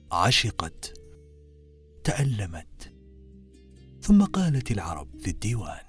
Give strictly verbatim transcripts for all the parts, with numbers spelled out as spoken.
عشقت، تألمت، ثم قالت العرب في الديوان: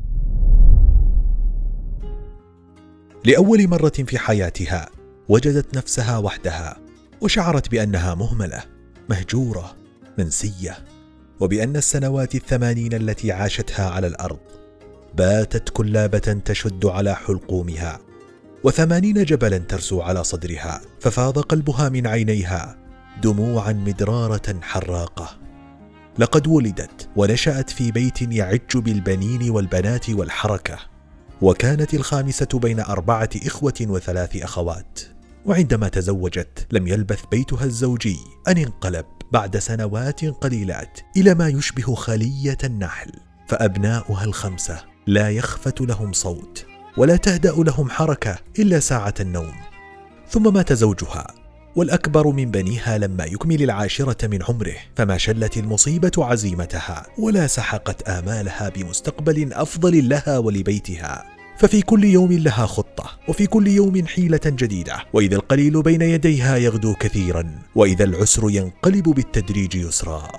لأول مرة في حياتها وجدت نفسها وحدها، وشعرت بأنها مهملة، مهجورة، منسية، وبأن السنوات الثمانين التي عاشتها على الأرض باتت كلابة تشد على حلقومها، وثمانين جبلا ترسو على صدرها، ففاض قلبها من عينيها دموعا مدرارة حراقة. لقد ولدت ونشأت في بيت يعج بالبنين والبنات والحركة، وكانت الخامسة بين أربعة إخوة وثلاث أخوات. وعندما تزوجت لم يلبث بيتها الزوجي أن انقلب بعد سنوات قليلات إلى ما يشبه خلية النحل، فأبناؤها الخمسة لا يخفت لهم صوت ولا تهدأ لهم حركة إلا ساعة النوم. ثم مات زوجها والأكبر من بنيها لما يكمل العاشرة من عمره، فما شلت المصيبة عزيمتها ولا سحقت آمالها بمستقبل أفضل لها ولبيتها. ففي كل يوم لها خطة، وفي كل يوم حيلة جديدة، وإذا القليل بين يديها يغدو كثيرا، وإذا العسر ينقلب بالتدريج يسرا.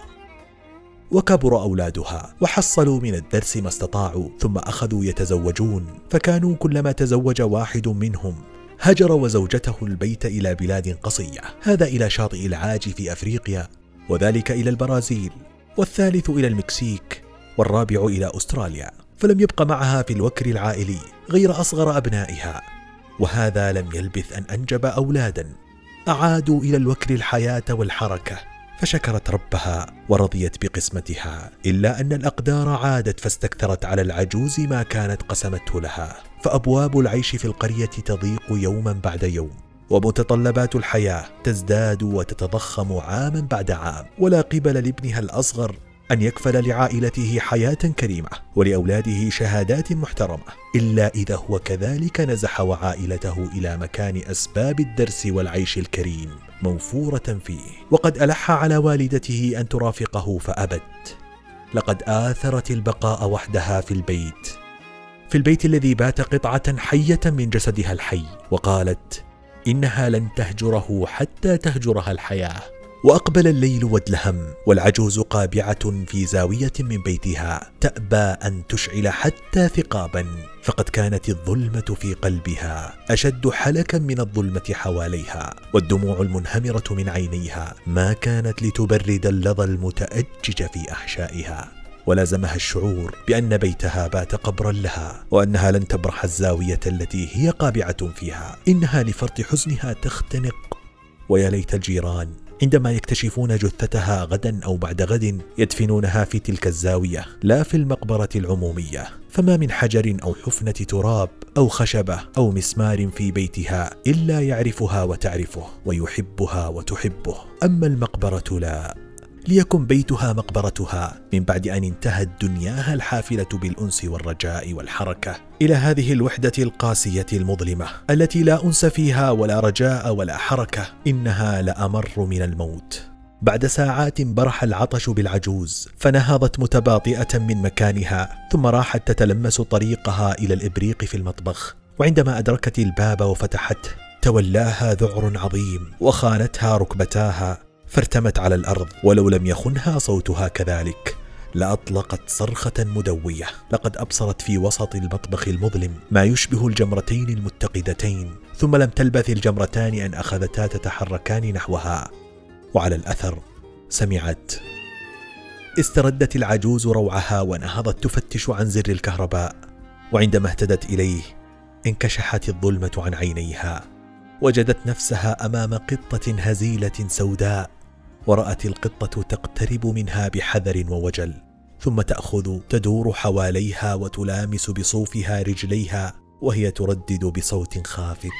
وكبر أولادها وحصلوا من الدرس ما استطاعوا، ثم أخذوا يتزوجون، فكانوا كلما تزوج واحد منهم هجر وزوجته البيت إلى بلاد قصية، هذا إلى شاطئ العاج في أفريقيا، وذلك إلى البرازيل، والثالث إلى المكسيك، والرابع إلى أستراليا. فلم يبق معها في الوكر العائلي غير أصغر أبنائها، وهذا لم يلبث أن أنجب أولادا أعادوا إلى الوكر الحياة والحركة، فشكرت ربها ورضيت بقسمتها، إلا أن الأقدار عادت فاستكثرت على العجوز ما كانت قسمته لها، فأبواب العيش في القرية تضيق يوما بعد يوم، ومتطلبات الحياة تزداد وتتضخم عاما بعد عام، ولا قبل لابنها الأصغر أن يكفل لعائلته حياة كريمة ولأولاده شهادات محترمة، إلا إذا هو كذلك نزح وعائلته إلى مكان أسباب الدرس والعيش الكريم موفورة فيه. وقد ألح على والدته أن ترافقه فأبت. لقد آثرت البقاء وحدها في البيت في البيت الذي بات قطعة حية من جسدها الحي، وقالت إنها لن تهجره حتى تهجرها الحياة. وأقبل الليل وادلهم، والعجوز قابعة في زاوية من بيتها تأبى أن تشعل حتى ثقابا، فقد كانت الظلمة في قلبها أشد حلكا من الظلمة حواليها، والدموع المنهمرة من عينيها ما كانت لتبرد اللظى المتأجج في أحشائها. ولازمها الشعور بأن بيتها بات قبرا لها، وأنها لن تبرح الزاوية التي هي قابعة فيها. إنها لفرط حزنها تختنق، ويا ليت الجيران عندما يكتشفون جثتها غدا أو بعد غد يدفنونها في تلك الزاوية لا في المقبرة العمومية. فما من حجر أو حفنة تراب أو خشبة أو مسمار في بيتها إلا يعرفها وتعرفه، ويحبها وتحبه. أما المقبرة لا، ليكن بيتها مقبرتها من بعد أن انتهت دنياها الحافلة بالأنس والرجاء والحركة إلى هذه الوحدة القاسية المظلمة التي لا أنس فيها ولا رجاء ولا حركة. إنها لأمر من الموت. بعد ساعات برح العطش بالعجوز، فنهضت متباطئة من مكانها، ثم راحت تتلمس طريقها إلى الإبريق في المطبخ. وعندما أدركت الباب وفتحته تولاها ذعر عظيم وخانتها ركبتاها، فارتمت على الأرض، ولو لم يخنها صوتها كذلك لأطلقت صرخة مدوية. لقد أبصرت في وسط المطبخ المظلم ما يشبه الجمرتين المتقدتين، ثم لم تلبث الجمرتان أن أخذتا تتحركان نحوها، وعلى الأثر سمعت. استردت العجوز روعها ونهضت تفتش عن زر الكهرباء، وعندما اهتدت إليه انكشحت الظلمة عن عينيها، وجدت نفسها أمام قطة هزيلة سوداء، ورأت القطة تقترب منها بحذر ووجل، ثم تأخذ تدور حواليها وتلامس بصوفها رجليها وهي تردد بصوت خافت.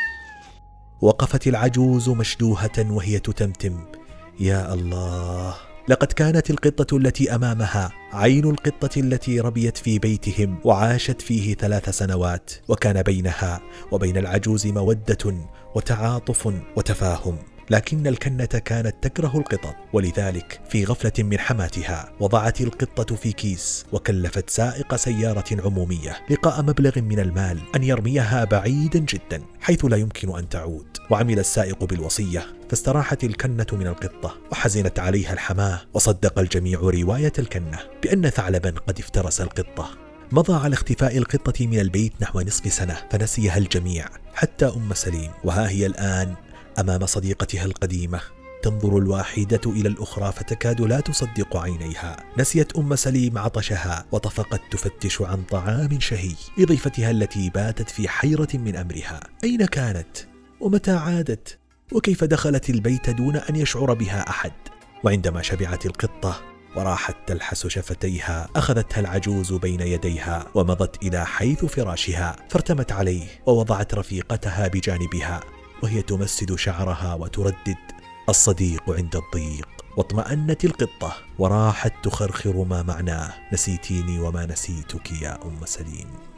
وقفت العجوز مشدوهة وهي تتمتم: يا الله، لقد كانت القطة التي أمامها عين القطة التي ربيت في بيتهم وعاشت فيه ثلاث سنوات، وكان بينها وبين العجوز مودة وتعاطف وتفاهم. لكن الكنة كانت تكره القطط، ولذلك في غفلة من حماتها وضعت القطة في كيس، وكلفت سائق سيارة عمومية لقاء مبلغ من المال أن يرميها بعيدا جدا حيث لا يمكن أن تعود. وعمل السائق بالوصية، فاستراحت الكنة من القطة وحزنت عليها الحماة، وصدق الجميع رواية الكنة بأن ثعلبا قد افترس القطة. مضى على اختفاء القطة من البيت نحو نصف سنة، فنسيها الجميع حتى أم سليم، وها هي الآن أمام صديقتها القديمة، تنظر الواحدة إلى الأخرى فتكاد لا تصدق عينيها. نسيت أم سليم عطشها وطفقت تفتش عن طعام شهي لضيفتها التي باتت في حيرة من أمرها، أين كانت؟ ومتى عادت؟ وكيف دخلت البيت دون أن يشعر بها أحد؟ وعندما شبعت القطة وراحت تلحس شفتيها، أخذتها العجوز بين يديها ومضت إلى حيث فراشها، فارتمت عليه ووضعت رفيقتها بجانبها وهي تمسد شعرها وتردد: الصديق عند الضيق. واطمأنت القطة وراحت تخرخر ما معناه: نسيتيني وما نسيتك يا أم سليم.